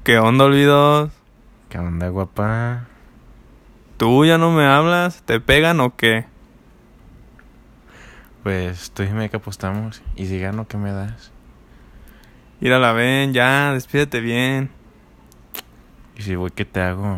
¿Qué onda, olvidos? ¿Qué onda, guapa? ¿Tú ya no me hablas? ¿Te pegan o qué? Pues tú dime que apostamos. Y si gano, ¿qué me das? Írala, ven, ya, despídete bien. Y si voy, ¿qué te hago?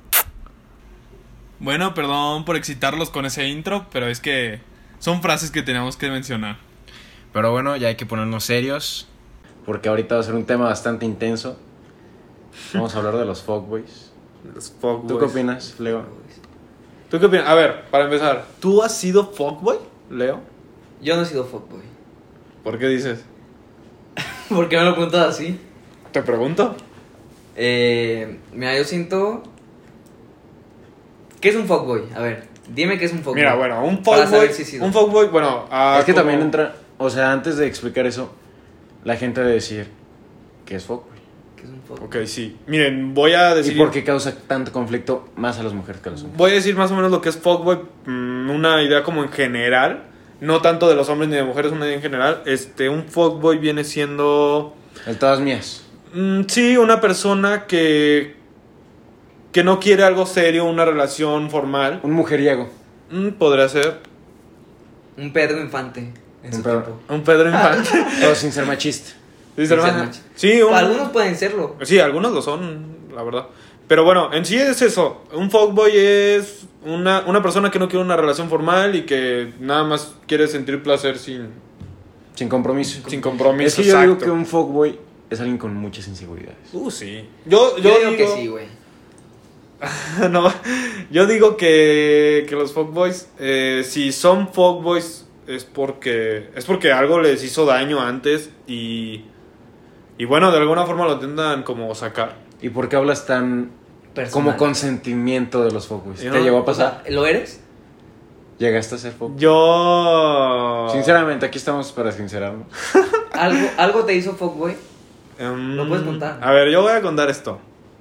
Bueno, perdón por excitarlos con ese intro, pero es que son frases que tenemos que mencionar. Pero bueno, ya hay que ponernos serios, porque ahorita va a ser un tema bastante intenso. Vamos a hablar de los fuckboys. Los fuckboys. ¿Tú qué opinas, Leo? ¿Tú qué opinas? A ver, para empezar, ¿tú has sido fuckboy, Leo? Yo no he sido fuckboy. ¿Por qué dices? ¿Por qué me lo preguntas así? ¿Te pregunto? Mira, yo siento... ¿Qué es un fuckboy? A ver, dime qué es un fuckboy. Mira, bueno, un Para fuckboy, saber si he sido. un fuckboy, bueno... Es que como- también entra... O sea, antes de explicar eso, la gente debe decir ¿qué es fuckboy? ¿Qué es un fuckboy? Ok, sí. Miren, voy a decir... ¿Y por qué causa tanto conflicto más a las mujeres que a los hombres? Voy a decir más o menos lo que es fuckboy, una idea como en general, no tanto de los hombres ni de mujeres, una idea en general. Un fuckboy viene siendo, El todas mías. sí, una persona que no quiere algo serio, una relación formal. Un mujeriego. Podría ser Un Pedro Infante en Un su Pedro. tiempo. un Pedro Infante. Todo sin ser machista. Sí, Sin ser hermano. macho. Sí, Algunos pueden serlo. Sí, algunos lo son, la verdad. Pero bueno, en sí es eso. Un fuckboy es una persona que no quiere una relación formal y que nada más quiere sentir placer sin Sin compromiso. compromiso. Es que yo digo exacto. que un fuckboy es alguien con muchas inseguridades. Sí. Yo Yo digo digo que sí, güey. No, yo digo que los fuckboys, si son fuckboys, es porque algo les hizo daño antes y bueno, de alguna forma lo intentan como sacar. ¿Y por qué hablas tan Personal. como consentimiento de los fuckboys? Yo ¿Te no- llegó a O sea, pasar? ¿lo eres? ¿Llegaste a ser fuckboy? Yo... Sinceramente, aquí estamos para sincerarnos. ¿Algo te hizo fuckboy? ¿Lo puedes contar? A ver, yo voy a contar esto.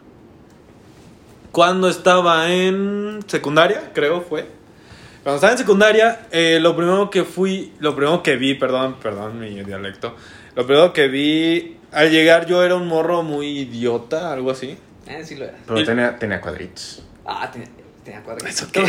Cuando estaba en secundaria, creo fue. Cuando estaba en secundaria, lo primero que vi, perdón mi dialecto. Lo primero que vi, al llegar yo era un morro muy idiota, algo así. Sí lo eras. Pero Y- tenía cuadritos. Tenía cuadritos. ¿Eso qué?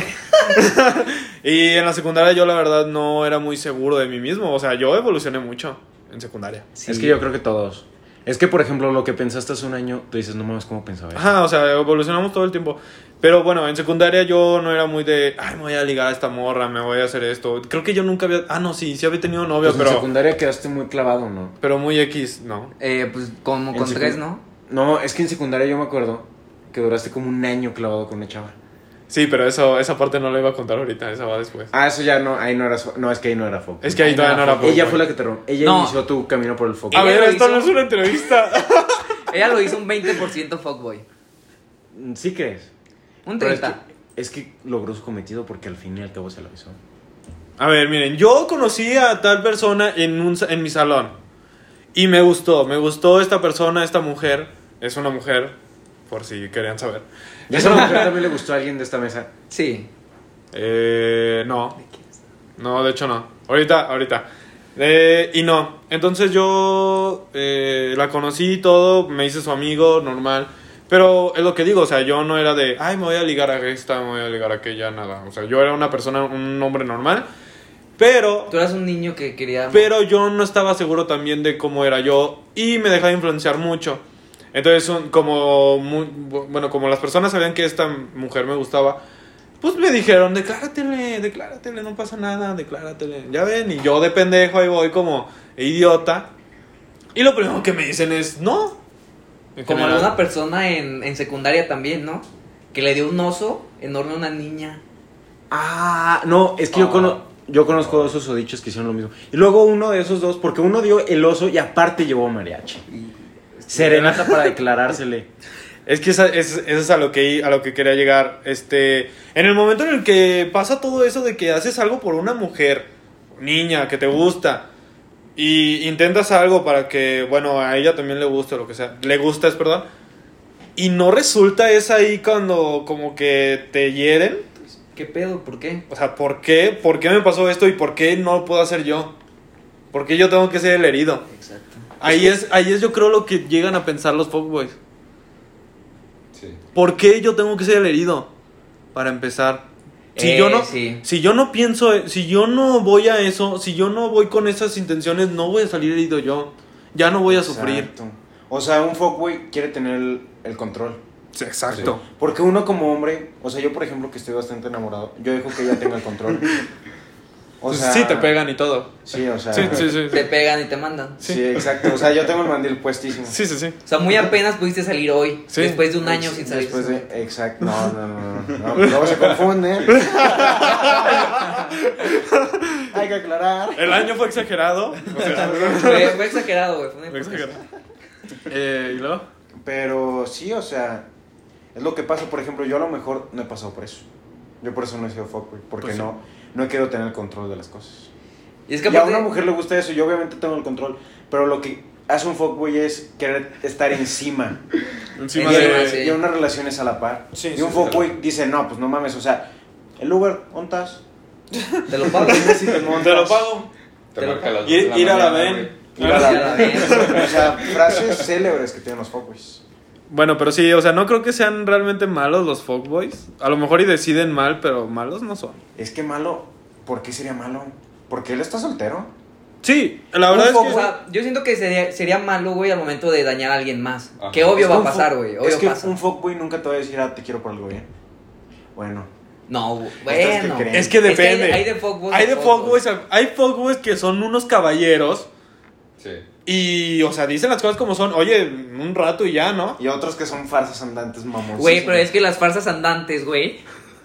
Y en la secundaria yo la verdad no era muy seguro de mí mismo. O sea, yo evolucioné mucho en secundaria. Sí. Es que yo creo que todos. Es que, por ejemplo, lo que pensaste hace un año, tú dices, no mames, ¿cómo pensaba eso? Ajá, o sea, evolucionamos todo el tiempo. Pero bueno, en secundaria yo no era muy de, ay, me voy a ligar a esta morra, me voy a hacer esto. Creo que yo nunca había, no, sí había tenido novia, Pues en pero secundaria quedaste muy clavado, ¿no? muy X, no. Pues como En con secu- tres, ¿no? No, es que en secundaria yo me acuerdo que duraste como un año clavado con una chava. Sí, pero esa parte no la iba a contar ahorita, esa va después. Ah, eso ya no, ahí no era... No, es que ahí no era fuckboy. Es que ahí todavía no era Ella fuckboy. fue la que te rompió. Ella No. inició tu camino por el fuckboy. A Ella ver, lo esto no hizo. es una entrevista. Ella lo hizo un 20% fuckboy. ¿Sí crees? Un Pero 30. es que logró su cometido porque al fin y al cabo se lo hizo. A ver, miren, yo conocí a tal persona en mi salón. Y me gustó esta persona, esta mujer. Es una mujer, por si querían saber. ¿Y a esa mujer también le gustó a alguien de esta mesa? Sí. No. No, de hecho no. Ahorita. Y no. Entonces yo la conocí y todo, me hice su amigo, normal. Pero es lo que digo, o sea, yo no era de, ay, me voy a ligar a esta, me voy a ligar a aquella, nada. O sea, yo era una persona, un hombre normal. Pero Tú eras un niño que quería... Pero yo no estaba seguro también de cómo era yo y me dejaba influenciar mucho. Entonces, como las personas sabían que esta mujer me gustaba, pues me dijeron, decláratele, no pasa nada, decláratele. Ya ven, y yo de pendejo ahí voy como idiota. Y lo primero que me dicen es, no. En Como general. alguna persona en secundaria también, ¿no? Que le dio un oso enorme a una niña. Ah, no, es que yo conozco dos osodichos que hicieron lo mismo. Y luego uno de esos dos, porque uno dio el oso y aparte llevó mariachi. Serenata para declarársele. Es que eso es a lo que quería llegar. En el momento en el que pasa todo eso de que haces algo por una mujer, niña, que te gusta, y intentas algo para que, bueno, a ella también le guste, o lo que sea, perdón, y no resulta, es ahí cuando como que te hieren. ¿Qué pedo? ¿Por qué? O sea, ¿por qué? ¿Por qué me pasó esto y por qué no lo puedo hacer yo? ¿Por qué yo tengo que ser el herido? Exacto. Ahí es yo creo lo que llegan a pensar los fuckboys. Sí. ¿Por qué yo tengo que ser el herido? Para empezar. Si yo no pienso, si yo no voy a eso, si yo no voy con esas intenciones, no voy a salir herido yo. Ya no voy a sufrir. Exacto. O sea, un fuckboy quiere tener el control. Sí, exacto. Sí. Porque uno como hombre, o sea, yo por ejemplo que estoy bastante enamorado, yo dejo que ella tenga el control. O sea, sí, te pegan y todo. Sí, o sea. Sí. Te pegan y te mandan. Sí, exacto. O sea, yo tengo el mandil puestísimo. Sí. O sea, muy apenas pudiste salir hoy. Sí. Después de un año sin salir. Después de, exacto. No, luego se confunde. Hay que aclarar. El año fue exagerado. O sea, Fue exagerado, güey. fue exagerado. ¿Y luego? Pero sí, o sea, es lo que pasa. Por ejemplo, yo a lo mejor no he pasado por eso. Yo por eso no he sido fuckboy. Porque Pues sí. no he querido tener el control de las cosas. Y es que Y a aparte, una mujer le gusta eso. Yo obviamente tengo el control. Pero lo que hace un fuckboy es querer estar encima. Encima Y de... sí. Y una relación es a la par. Sí, y un sí, fuckboy dice, no, pues no mames. O sea, el Uber, ¿dónde estás? te lo pago. Si te montas. Te lo pago. Te marca las Ir a la mañana, ven. Ir a la vez. O sea, frases célebres que tienen los fuckboys. Bueno, pero sí, o sea, no creo que sean realmente malos los fuckboys. A lo mejor y deciden mal, pero malos no son. Es que malo, ¿por qué sería malo? Porque él está soltero. Sí, la verdad es O que... sea, yo siento que sería malo, güey, al momento de dañar a alguien más. Ajá. Que obvio Es va a que un pasar, güey. Obvio Es que pasa. un fuckboy nunca te va a decir, te quiero por algo bien. Bueno. No, ¿Ustedes qué bueno. creen? Es que depende. Hay de fuckboys. Hay de fuckboys, hay fuckboys que son unos caballeros Sí. y, o sea, dicen las cosas como son. Oye, un rato y ya, ¿no? Y otros que son farsas andantes mamosos. Güey, pero es que las farsas andantes, güey.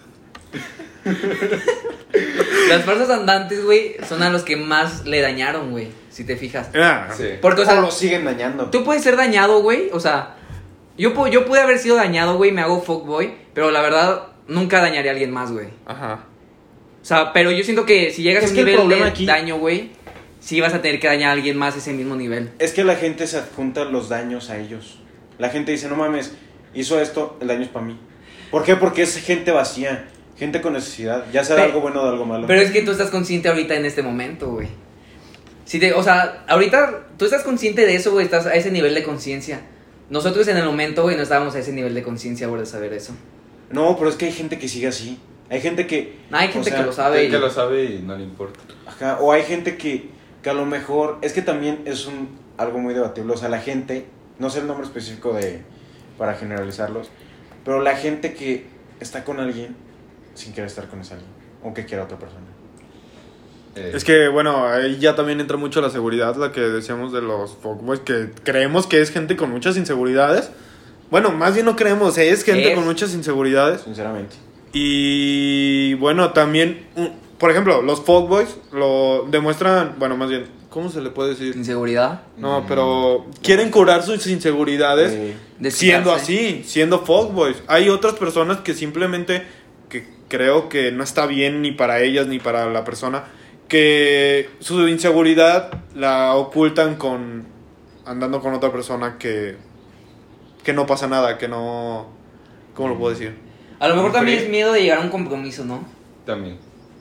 Las farsas andantes, güey, son a los que más le dañaron, güey. Si te fijas. Ah, Sí. Porque, o sea, lo siguen dañando. tú puedes ser dañado, güey. O sea, yo pude haber sido dañado, güey. Me hago fuckboy. Pero la verdad, nunca dañaré a alguien más, güey. Ajá. O sea, pero yo siento que si llegas Es a un que el nivel de problema aquí- daño, güey, sí vas a tener que dañar a alguien más a ese mismo nivel. Es que la gente se adjunta los daños a ellos. La gente dice, no mames, hizo esto, el daño es para mí. ¿Por qué? Porque es gente vacía, gente con necesidad, ya sea de algo bueno o de algo malo. Pero es que tú estás consciente ahorita en este momento, güey. O sea, ahorita tú estás consciente de eso, güey, estás a ese nivel de conciencia. Nosotros en el momento, güey, no estábamos a ese nivel de conciencia, güey, de saber eso. No, pero es que hay gente que sigue así. Hay gente que... Hay gente o sea, que lo sabe. Que lo sabe y no le importa. Ajá, o hay gente que a lo mejor... Es que también es algo muy debatible. O sea, la gente... No sé el nombre específico para generalizarlos. Pero la gente que está con alguien sin querer estar con ese alguien. O que quiera a otra persona. Es que, bueno, ahí ya también entra mucho la seguridad, la que decíamos de los fuckboys, que creemos que es gente con muchas inseguridades. Bueno, más bien no creemos, es gente con muchas inseguridades. Sinceramente. Y bueno, también, por ejemplo, los fuckboys lo demuestran, bueno, más bien, ¿cómo se le puede decir? Inseguridad. No, pero quieren curar sus inseguridades siendo Desquitarse. así, siendo fuckboys. Hay otras personas que simplemente, que creo que no está bien ni para ellas ni para la persona, que su inseguridad la ocultan andando con otra persona que no pasa nada, que no... ¿Cómo lo puedo decir? A lo mejor también Sí. es miedo de llegar a un compromiso, ¿no? También.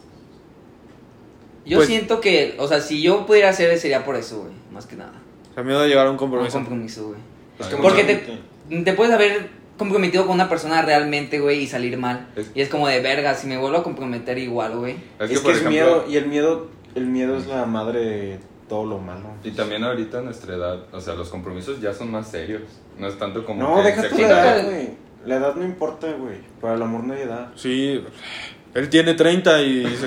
Yo Pues- siento que, o sea, si yo pudiera hacer sería por eso, güey, más que nada. O sea, miedo de llegar a un Un compromiso. compromiso, güey. Es que Porque mucha te puedes haber comprometido con una persona realmente, güey, y salir mal. Es- Y es como de verga, si me vuelvo a comprometer igual, güey. Es que es miedo, y el miedo es la madre de todo lo malo. Y también ahorita a nuestra edad, o sea, los compromisos ya son más serios. No es tanto como No, que deja tu secundaria. edad, güey. La edad no importa, güey. Para el amor no hay edad. Sí, él tiene 30 y dice...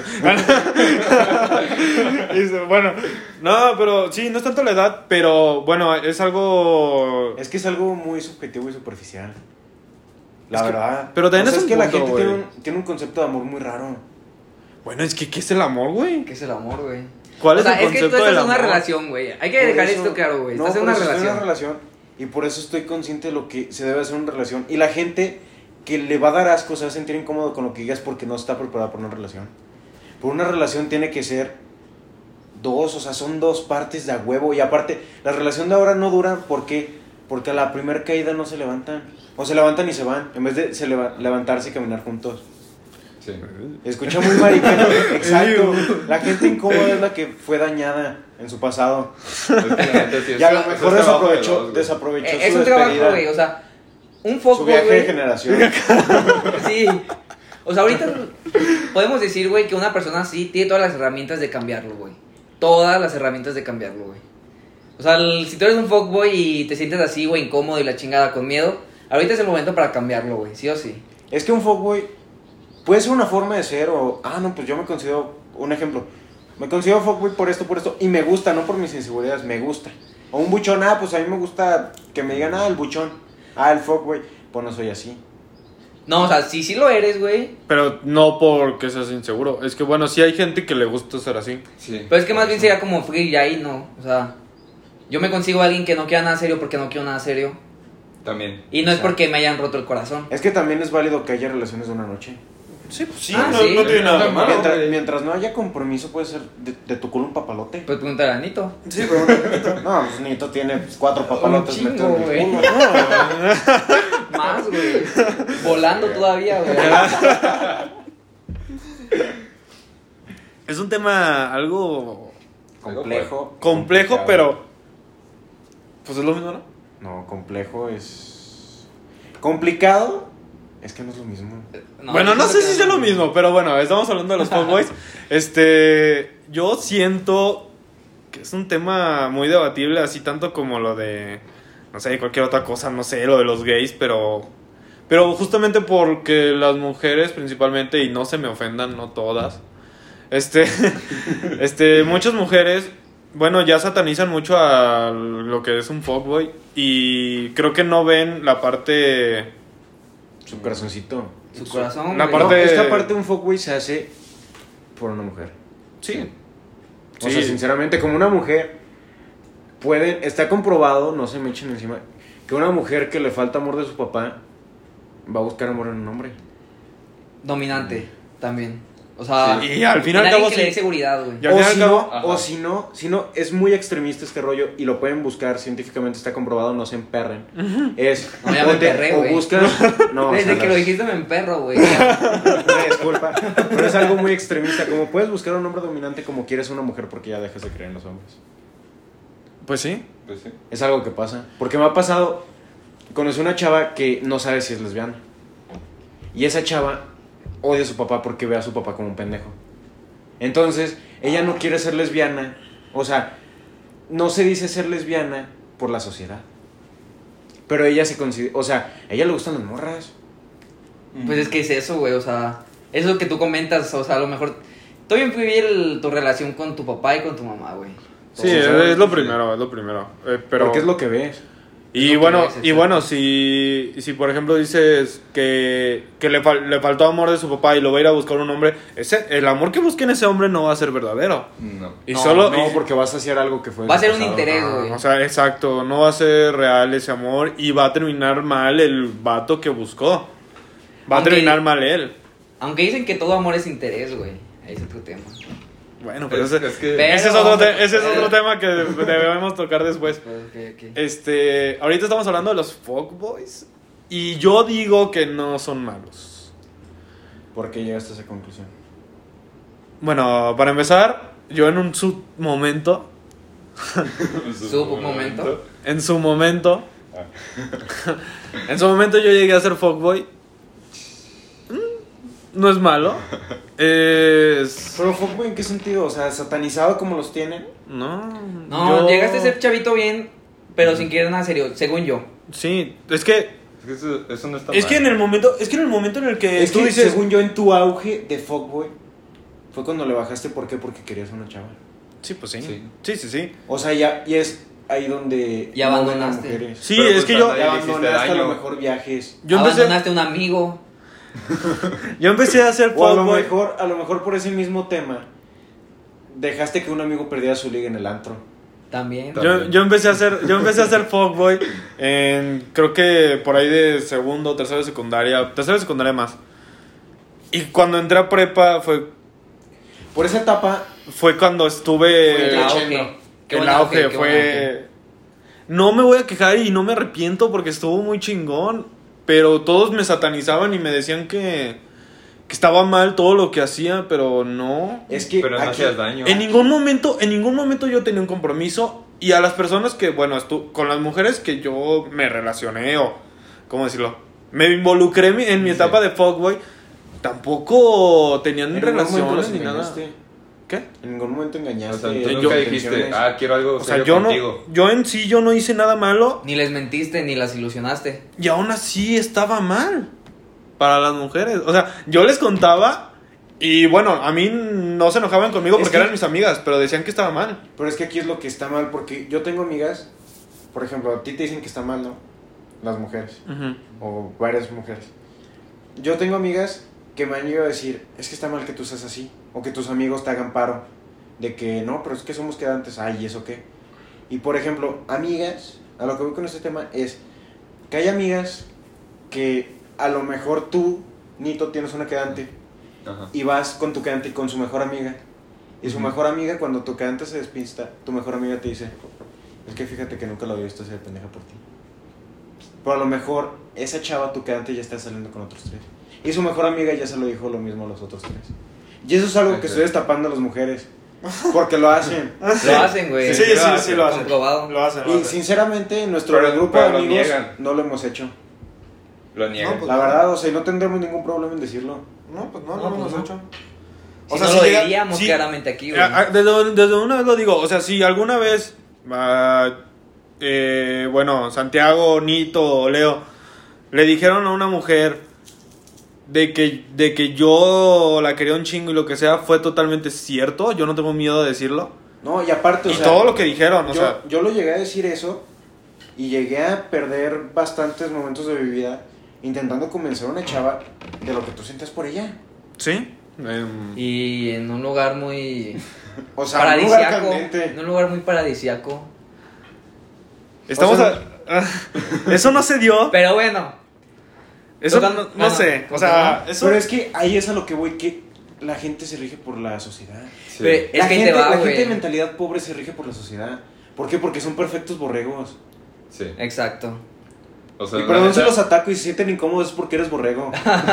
bueno, no, pero sí, no es tanto la edad, pero bueno, es algo... Es que es algo muy subjetivo y superficial. La Es que- verdad. pero también O sea, es un que la punto, gente güey. tiene un concepto de amor muy raro. Bueno, es que ¿qué es el amor, güey? ¿Qué es el amor, güey? ¿Cuál O es sea, el es que tú concepto estás del en una amor? relación, güey. Hay que Por dejar eso- esto claro, güey. No, Estás en por una eso estoy en relación. Y por eso estoy consciente de lo que se debe hacer en una relación. Y la gente que le va a dar asco se va a sentir incómodo con lo que digas porque no está preparada para una relación. Por una relación tiene que ser dos, o sea, son dos partes de a huevo. Y aparte, la relación de ahora no dura porque a la primera caída no se levantan. O se levantan y se van, en vez de levantarse y caminar juntos. Sí. Escucha muy maricano. Exacto. La gente incómoda es la que fue dañada en su pasado. Es que la neta sí es- Y a lo es mejor trabajo de dos, güey. desaprovechó Es su un trabajo, despedida. güey. O sea, un Su fuckboy, viaje de güey. generación. Sí. O sea, ahorita podemos decir, güey, que una persona así tiene todas las herramientas de cambiarlo, güey. Todas las herramientas de cambiarlo, güey. O sea, si tú eres un fuckboy y te sientes así, güey, incómodo y la chingada con miedo, ahorita es el momento para cambiarlo, güey, sí o sí. Es que un fuckboy puede ser una forma de ser o... Ah, no, pues yo me considero... Un ejemplo. Me considero fuckboy por esto. Y me gusta, no por mis inseguridades, me gusta. O un buchón, pues a mí me gusta que me digan, el buchón. El fuckboy. Pues no soy así. No, o sea, sí lo eres, güey. Pero no porque seas inseguro. Es que bueno, sí hay gente que le gusta ser así. Sí. Pero es que más bien sería como free y ahí no. O sea, yo me consigo a alguien que no quiera nada serio porque no quiero nada serio. También. Y no es porque me hayan roto el corazón. Es que también es válido que haya relaciones de una noche. Sí, pues sí, Ah, no, sí. no tiene nada de Normal. malo. Mientras no haya compromiso, puede ser de tu culo un papalote. Pues pregúntale a Nito. Sí, pero no, pues Nito tiene 4 papalotes Un chingo, metidos en el güey. culo. Más, güey. Volando todavía, güey. Es un tema algo Complejo, pero pues es lo mismo, ¿no? No, complejo es... Complicado es que no es lo mismo. Bueno, no yo sé siento si que sea no lo mismo, pero bueno, estamos hablando de los fuckboys. Yo siento que es un tema muy debatible, así tanto como lo de, no sé, cualquier otra cosa, no sé, lo de los gays, pero justamente porque las mujeres principalmente, y no se me ofendan, no todas, muchas mujeres, bueno, ya satanizan mucho a lo que es un fuckboy y creo que no ven la parte... Su corazoncito. Su corazón, La güey. parte- No, es que aparte un fuckboy se hace por una mujer. Sí. O sea, sinceramente, como una mujer está comprobado, no se me echen encima, que una mujer que le falta amor de su papá va a buscar amor en un hombre. Dominante, también. O sea, Sí. Y al fin y al en cabo alguien que le sí. dé seguridad, güey. Y al fin y al cabo- Si no, es muy extremista este rollo y lo pueden buscar, científicamente está comprobado, no se emperren. Es, No, ya me emperré, güey. buscan, no, Desde o sea, que lo dijiste me emperro, güey. una disculpa, pero es algo muy extremista, como puedes buscar un hombre dominante como quieres una mujer porque ya dejas de creer en los hombres. Pues sí. Pues sí. Es algo que pasa, porque me ha pasado, conocí una chava que no sabe si es lesbiana. Y esa chava odia a su papá porque ve a su papá como un pendejo. Entonces, ella no quiere ser lesbiana. O sea, no se dice ser lesbiana por la sociedad. Pero ella se considera... O sea, a ella le gustan las morras. Pues es que es eso, güey. O sea, eso que tú comentas, o sea, a lo mejor. Tú bien vivir tu relación con tu papá y con tu mamá, güey. Sí, es lo primero, es lo primero. Pero... Porque es lo que ves. Y lo bueno, que ves, y bueno, si por ejemplo dices que le faltó amor de su papá y lo va a ir a buscar un hombre, el amor que busque en ese hombre no va a ser verdadero. No. Y No, solo... No, y- porque vas a hacer algo que fue... Va a ser un pasado. interés, güey. o sea, exacto, no va a ser real ese amor y va a terminar mal el vato que buscó. Va a Aunque- terminar mal él. Aunque dicen que todo amor es interés, güey. Ahí es otro tema. Bueno, pero Es ese, que... Pero- ese es otro tema que debemos tocar después. Ok. Ahorita estamos hablando de los fuckboys y yo digo que no son malos. ¿Por qué llegaste a esa conclusión? Bueno, para empezar, yo en un momento, Su momento. en su momento, en su momento yo llegué a ser fuckboy. No es malo. Es... Pero fuckboy, ¿en qué sentido? O sea, satanizado como los tienen. No. No, yo- llegaste a ser chavito bien, pero sin querer nada serio, según yo. Sí, es que... Es que eso no está Es mal. que en el momento en el que Es tú que, dices... según yo, en tu auge de fuckboy, fue cuando le bajaste. ¿Por qué? Porque querías una chava. Sí, pues sí. Sí. Sí. O sea, ya y es ahí donde... Ya no ven a abandonaste. mujeres. Sí, Pero es pues que a yo... nadie Ya le hiciste abandonaste a lo daño. mejor viajes. Yo empecé, Abandonaste a un amigo. yo empecé a ser O a lo fuckboy. mejor por ese mismo tema, dejaste que un amigo perdiera su liga en el antro. También. Yo empecé a ser fuckboy en, creo que por ahí de segundo, tercero de secundaria más. Y cuando entré a prepa Por esa etapa, fue cuando Fue El el auge. Qué el buen auge, qué buen auge. fue... No me voy a quejar y no me arrepiento porque estuvo muy chingón, pero todos me satanizaban y me decían que estaba mal todo lo que hacía, pero no. es que Pero no aquí- hacías daño. En ningún momento yo tenía un compromiso y a las personas que, bueno, con las mujeres que yo me relacioné o ¿cómo decirlo? Me involucré en mi etapa de fuckboy. Tampoco tenían relaciones ni nada. ¿Qué? En ningún momento O engañaste. sea, tú tus nunca dijiste, intenciones. quiero algo O sea, serio yo no, contigo. yo en sí yo no hice nada malo Ni les mentiste, ni las ilusionaste. y aún así estaba mal para las mujeres. O sea, yo les contaba y bueno, a mí no se enojaban conmigo Es porque que- eran mis amigas, pero decían que estaba mal. Pero es que aquí es lo que está mal, porque yo tengo amigas, por ejemplo, a ti te dicen que está mal, ¿no? Las mujeres, o varias mujeres. Yo tengo amigas que me han llegado a decir, es que está mal que tú seas así, o que tus amigos te hagan paro, de que no, pero es que somos quedantes, ay, ¿y eso qué? Y por ejemplo, amigas, a lo que voy con este tema es que hay amigas que a lo mejor tú, Nito, tienes una quedante, Ajá. y vas con tu quedante y con su mejor amiga. Y su mejor amiga, cuando tu quedante se despista, tu mejor amiga te dice, es que fíjate que nunca lo había visto hacer pendeja por ti. Pero a lo mejor esa chava, tu quedante, ya está saliendo con otros 3. Y su mejor amiga ya se lo dijo lo mismo a los otros 3. Y eso es algo que estoy destapando a las mujeres. Porque lo hacen. Lo hacen, güey. Sí, lo hacen. Comprobado. Lo hacen. Y sinceramente, en nuestro Pero- grupo pero de lo amigos niegan. no lo hemos hecho. Lo niegan. No, pues- La verdad, o sea, y no tendremos ningún problema en decirlo. No, pues no, No, no lo pues hemos no. hecho. Si no lo llega- diríamos sí, claramente aquí, güey. desde una vez lo digo, o sea, si alguna vez, bueno, Santiago, Nito, Leo, le dijeron a una mujer de que yo la quería un chingo y lo que sea, fue totalmente cierto, yo no tengo miedo de decirlo. No, y aparte, o Y sea, todo lo que dijeron, o yo, sea, yo lo llegué a decir eso y llegué a perder bastantes momentos de mi vida intentando convencer a una chava de lo que tú sientes por ella. sí. Y en un lugar muy O sea, un lugar paradisiaco. candente. En un lugar muy paradisiaco. Estamos o sea, eso no se dio. Pero bueno. Eso tocan- no bueno, sé. O sea, continúa. eso Pero es que ahí es a lo que voy, que la gente se rige por la sociedad. Sí. Pero es La que ahí gente, te va, la gente de güey. mentalidad pobre se rige por la sociedad. ¿Por qué? Porque son perfectos borregos. Sí. Exacto. O sea, Y la perdón si neta, los ataco y se sienten incómodos es porque eres borrego.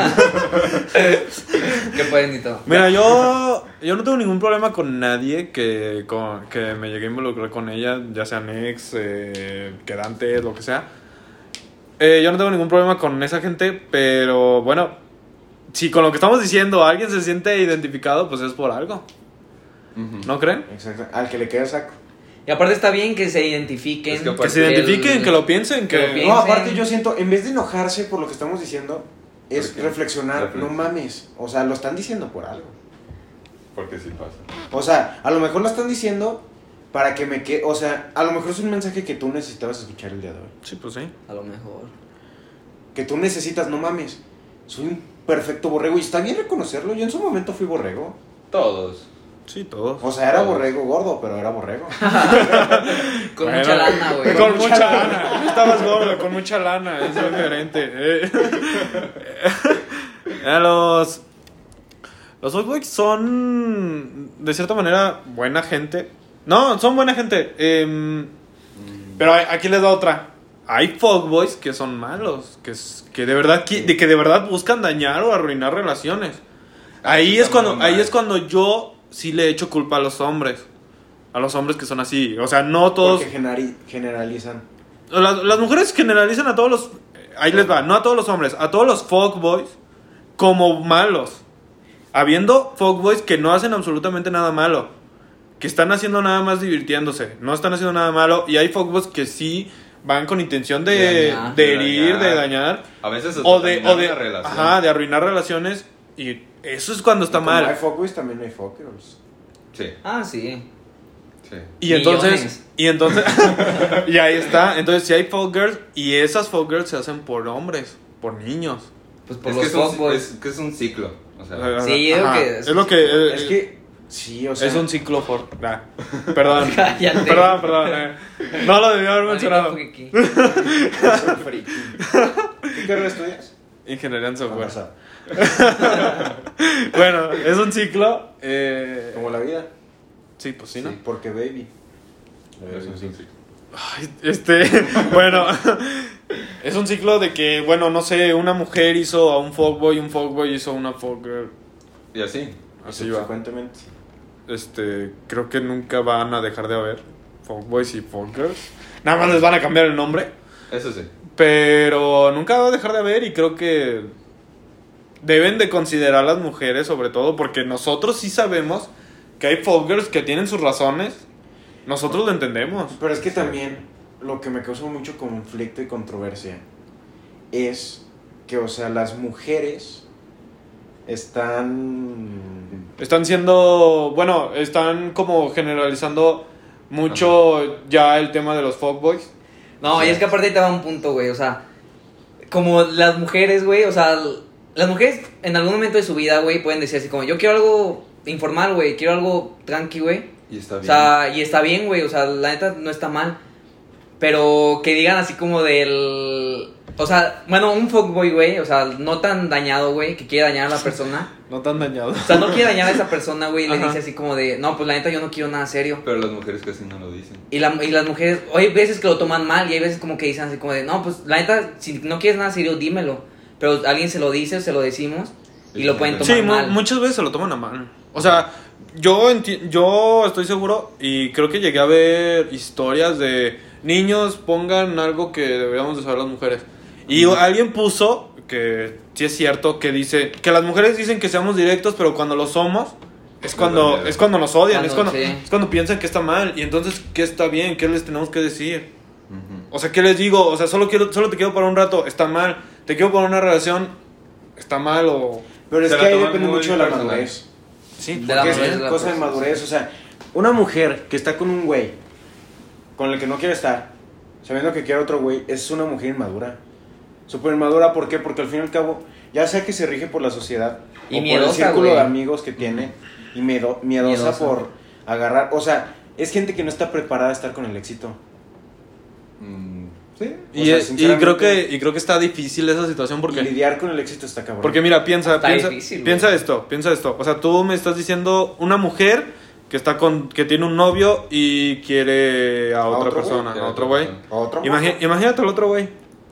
¿Qué pueden, Nito? Mira, yo no tengo ningún problema con nadie que me llegue a involucrar con ella, ya sean ex, quedantes, lo que sea. Yo no tengo ningún problema con esa gente, pero bueno, si con lo que estamos diciendo alguien se siente identificado, pues es por algo, ujú. ¿no creen? Exacto. Al que le queda el saco. Y aparte está bien que se identifiquen. Es que Que se identifiquen, que lo piensen, que lo que... piensen. No, aparte yo siento, en vez de enojarse por lo que estamos diciendo, es ¿Por qué? reflexionar, no Reflexión. mames. O sea, lo están diciendo por algo. Porque sí pasa. O sea, a lo mejor lo están diciendo para que me quede. O sea, a lo mejor es un mensaje que tú necesitabas escuchar el día de hoy. Sí, pues sí. A lo mejor. Que tú necesitas, no mames. Soy un perfecto borrego y está bien reconocerlo. Yo en su momento fui borrego. Todos. Sí, todos. O sea, era borrego gordo, pero era borrego. Con Bueno, mucha lana, güey. Con mucha lana. Estabas gordo, con mucha lana. Es diferente. Los fuckboys son, de cierta manera, buena gente. No, son buena gente. Pero aquí les da otra. Hay fuckboys que son malos. Que de verdad que de verdad buscan dañar o arruinar relaciones. Ahí Eso es está cuando muy mal. yo sí le echo culpa a los hombres. A los hombres que son así. O sea, no todos. Porque generalizan. Las mujeres generalizan a todos los. Ahí les va, no a todos los hombres, a todos los fuckboys como malos. Habiendo fuckboys que no hacen absolutamente nada malo. Que están haciendo nada más divirtiéndose. No están haciendo nada malo. Y hay fuckboys que sí van con intención de dañar. herir, de dañar. A veces O de una relación. ajá, de arruinar relaciones. Y eso es cuando está Y como hay mal. fuckboys, también hay fuckers. Sí, Ah, sí. sí. Y entonces, y ahí está. Entonces, si hay fuckgirls, y esas fuckgirls se hacen por hombres, por niños. Pues por Es los que es un, fuckboys. es que es un ciclo. O sea, Sí, yo creo que es lo que. Es que, sí, o sea. Es un ciclo for. Perdón. Cállate. Perdón. No lo debí haber Maldito mencionado. friki. es un friki. ¿Qué carrera estudias? Ingeniería en software. O sea, Bueno, es un ciclo. como la vida. Sí, pues sí, ¿no? Sí, porque baby. es un ciclo. Ay, bueno, es un ciclo de que, bueno, no sé, una mujer hizo a un fuckboy hizo a una fuckgirl. Y así. Así va. Subsecuentemente. Creo que nunca van a dejar de haber fuckboys y fuckgirls. Nada más les van a cambiar el nombre. Eso sí. Pero nunca va a dejar de haber y creo que deben de considerar las mujeres sobre todo porque nosotros sí sabemos que hay fuckgirls que tienen sus razones. Nosotros lo entendemos. Pero es que también lo que me causa mucho conflicto y controversia es que, o sea, las mujeres Están siendo, bueno, están como generalizando mucho ya el tema de los fuckboys. No, y es que aparte ahí te va un punto, güey, o sea, como las mujeres, güey, o sea, las mujeres en algún momento de su vida, güey, pueden decir así como, yo quiero algo informal, güey, quiero algo tranqui, güey. Y está bien. O sea, y está bien, güey, o sea, la neta no está mal. Pero que digan así como del... O sea, bueno, un fuckboy, güey, o sea, no tan dañado, güey, que quiere dañar a la persona. No tan dañados. O sea, no quiere dañar a esa persona, güey, y le Ajá. dice así como de, no, pues la neta yo no quiero nada serio. Pero las mujeres casi no lo dicen. Y las mujeres, hay veces que lo toman mal y hay veces como que dicen así como de, no, pues la neta, si no quieres nada serio, dímelo. Pero alguien se lo dice o se lo decimos y lo pueden tomar Sí, mal. muchas veces se lo toman a mal. O sea, yo estoy seguro y creo que llegué a ver historias de niños pongan algo que deberíamos de saber las mujeres. Y alguien puso, que sí es cierto, que dice que las mujeres dicen que seamos directos, pero cuando lo somos es cuando nos odian, Sí. es cuando piensan que está mal. Y entonces, ¿qué está bien? ¿Qué les tenemos que decir? Ujú. O sea, ¿qué les digo? O sea, solo te quiero para un rato, está mal. Te quiero para una relación, está mal o... Pero es Se que la ahí toman depende muy mucho de la personal. madurez. Sí, De la Porque madurez es de la cosa de persona. madurez. O sea, una mujer que está con un güey con el que no quiere estar, sabiendo que quiere otro güey, es una mujer inmadura. Súper inmadura, ¿por qué? Porque al fin y al cabo, ya sea que se rige por la sociedad Y o miedosa, por el círculo güey. de amigos que tiene, y miedosa por agarrar. O sea, es gente que no está preparada a estar con el éxito. Sí. Y, O sea, y sinceramente- creo que está difícil esa situación Y porque... lidiar con el éxito está cabrón. Porque mira, piensa difícil, piensa esto. O sea, tú me estás diciendo una mujer que tiene un novio y quiere a otra otro persona, güey. a otro güey. Otro. Imagínate al otro güey.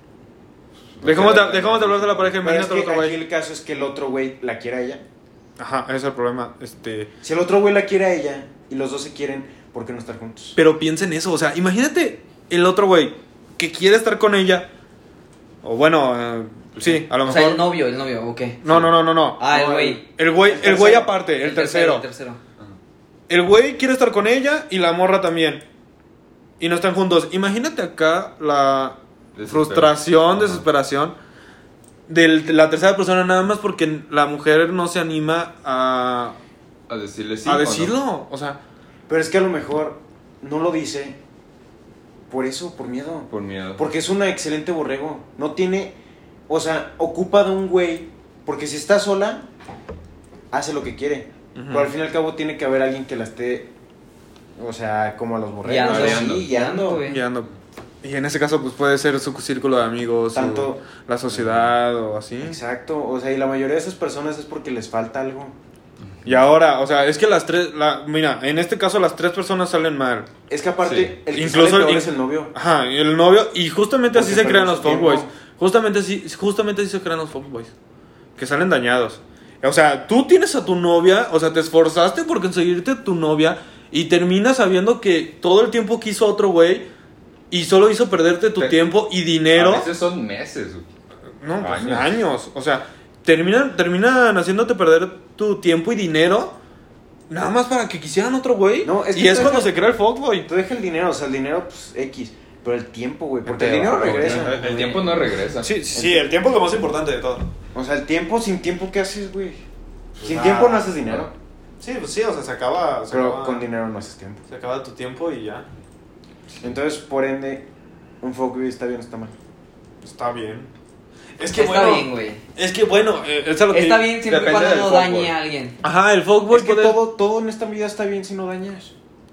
Dejamos de hablar de la pareja, Pero es imagínate al que otro aquí güey. el caso es que el otro güey la quiere a ella. Ajá, ese es el problema. Si el otro güey la quiere a ella y los dos se quieren, ¿por qué no estar juntos? Pero piensa en eso, o sea, imagínate el otro güey que quiere estar con ella. O bueno, sí, a lo O mejor. sea, el novio, ¿o qué? No. Ah, el No, güey. El güey tercero. aparte, el tercero. El tercero. El güey quiere estar con ella y la morra también. Y no están juntos. Imagínate acá la frustración, Ajá. desesperación de la tercera persona nada más porque la mujer no se anima a decirle sí. a o no. decirlo. O sea, Pero es que a lo mejor no lo dice por eso, por miedo. Por miedo. Porque es una excelente borrego. No tiene, o sea, ocupa de un güey. Porque si está sola, hace lo que quiere. Ujú. Pero al fin y al cabo tiene que haber alguien que la esté, o sea, como a los borregos. Guiando. Sí, guiando. güey. guiando. Y en ese caso, pues puede ser su círculo de amigos, Tanto- la sociedad o así. Exacto. O sea, y la mayoría de esas personas es porque les falta algo. Y ahora, o sea, es que mira, en este caso las tres personas salen mal. Es que aparte, Sí. el que Incluso sale peor el- es el novio. Ajá, y el novio, y justamente así Porque se crean perdió los su tiempo. fuckboys. Justamente así se crean los fuckboys. Que salen dañados. O sea, tú tienes a tu novia, o sea, te esforzaste por conseguirte a tu novia y terminas sabiendo que todo el tiempo quiso a otro güey y solo hizo perderte tu Te- tiempo y dinero. A veces son meses. Güey. No, pues, Años. años. O sea, terminan haciéndote perder tu tiempo y dinero nada más para que quisieran otro güey. No, es que y es tú cuando dejas- se crea el fuckboy. Tú deja el dinero, o sea, el dinero, pues, X. Pero el tiempo, güey. Porque el Te dinero va, regresa. El tiempo no regresa. Sí, el tiempo es lo más importante de todo. O sea, el tiempo, sin tiempo, ¿qué haces, güey? Sin nada. tiempo no haces dinero. Sí, pues sí, o sea, se acaba. Pero con dinero no haces tiempo. Se acaba tu tiempo y ya. Entonces, por ende, un fuckboy está bien o está mal. Está bien. Es que Está bueno. bien, güey. Es que bueno, es a lo que. Está bien siempre y depende cuando del no fuckboy. dañe a alguien. Ajá, el fuckboy Es que puede- todo en esta vida está bien si no dañas.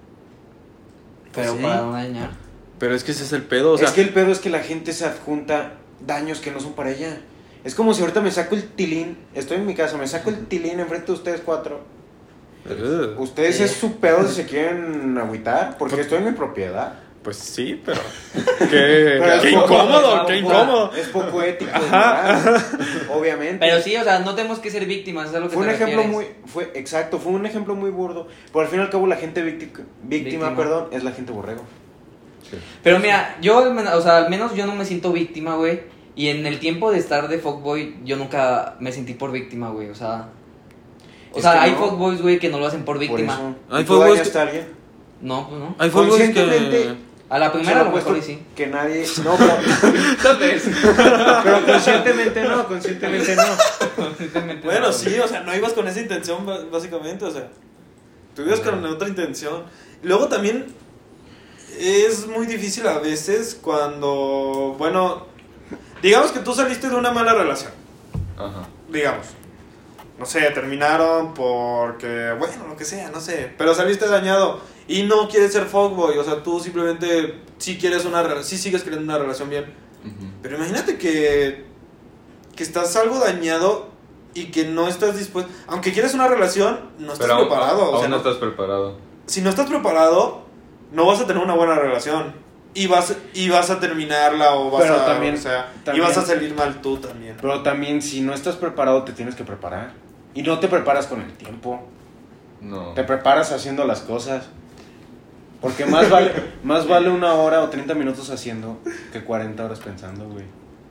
Pero sí. para no dañar. Pero es que ese es el pedo, o sea. Es que el pedo es que la gente se adjunta daños que no son para ella. Es como si ahorita me saco el tilín, estoy en mi casa, me saco el tilín enfrente de ustedes cuatro. Ustedes Sí. es su pedo si se quieren agüitar, porque estoy en mi propiedad. Pues sí, pero. Pero es Qué poco- incómodo, qué incómodo. Es poco ético, y moral, obviamente. Pero sí, o sea, no tenemos que ser víctimas, es a lo que Fue un te ejemplo refieres. fue un ejemplo muy burdo. Pero al fin y al cabo la gente víctima, Víctima. perdón, es la gente borrego. Sí. Pero mira, yo, o sea, al menos yo no me siento víctima, güey. Y en el tiempo de estar de fuckboy, yo nunca me sentí por víctima, güey. O sea, Es que hay no. fuckboys, güey, que no lo hacen por Por víctima. eso. Hay ¿Y tú fuckboys dañaste que- a alguien? No, pues no. Hay fuckboys Conscientemente, que... A la se primera a lo lo mejor y apuesto sí. que nadie... No, pero, Tal vez. pero conscientemente no, conscientemente no. Bueno, sí, o sea, no ibas con esa intención, básicamente, o sea, tú ibas con otra intención. Luego también es muy difícil a veces cuando, bueno, digamos que tú saliste de una mala relación, Ajá. digamos, no sé, terminaron porque, bueno, lo que sea, no sé, pero saliste dañado y no quieres ser fuckboy, o sea, tú simplemente sí quieres una relación, sí sigues queriendo una relación bien, Ujú. pero imagínate que estás algo dañado y que no estás dispuesto, aunque quieres una relación, no estás Pero preparado, o aún sea, no no- estás preparado. si no estás preparado, no vas a tener una buena relación y vas a terminarla o vas Pero a, también- o sea, y también- vas a salir mal tú también. Pero también, si no estás preparado, te tienes que preparar. Y no te preparas con el tiempo. No. Te preparas haciendo las cosas. Porque más vale 1 hora o 30 minutos haciendo que 40 horas pensando, güey.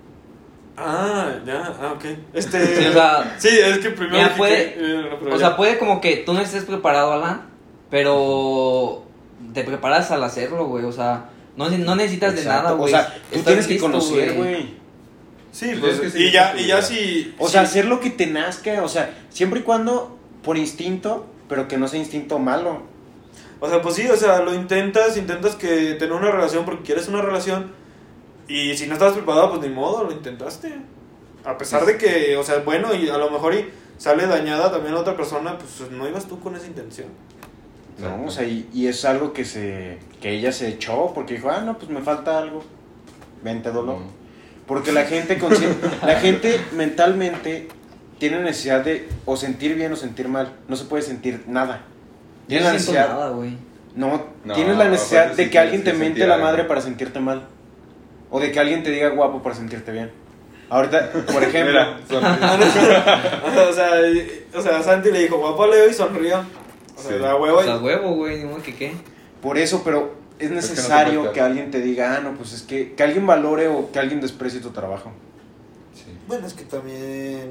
Ok. Sí, o sea, sí, es que primero mira, dije puede- pero O ya. sea, puede como que tú no estés preparado, Alan, pero te preparas al hacerlo, güey. O sea, no necesitas de Exacto. nada, güey. O sea, tú Estás tienes que listo, conocer, güey. Sí, Pues pues, es que sí, y ya seguridad. si... O sea, si- hacer lo que te nazca. O sea, siempre y cuando por instinto, pero que no sea instinto malo. O sea, pues sí, o sea, lo intentas que tener una relación porque quieres una relación y si no estabas preparado, pues ni modo, lo intentaste. A pesar de que, o sea, bueno, y a lo mejor y sale dañada también la otra persona, pues no ibas tú con esa intención. No, o sea, y es algo que ella se echó porque dijo, no, pues me falta algo. Vente, dolor. No. Porque la gente mentalmente tiene necesidad de o sentir bien o sentir mal. No se puede sentir nada. Yo Tienes no la siento necesidad. nada, güey. No, No, tienes la necesidad aparte de sí que alguien te tienes que mente sentir la algo. madre para sentirte mal. O de que alguien te diga guapo para sentirte bien. Ahorita, por ejemplo, Mira, sonríe. o sea, Santi le dijo, guapo Leo y sonrió. O sea, Sí. da huevo O y... sea, huevo, güey. Ni modo que qué. por eso, pero es no se necesario puede que alguien te diga, no, pues es que alguien valore o que alguien desprecie tu trabajo. Sí. Bueno, es que también...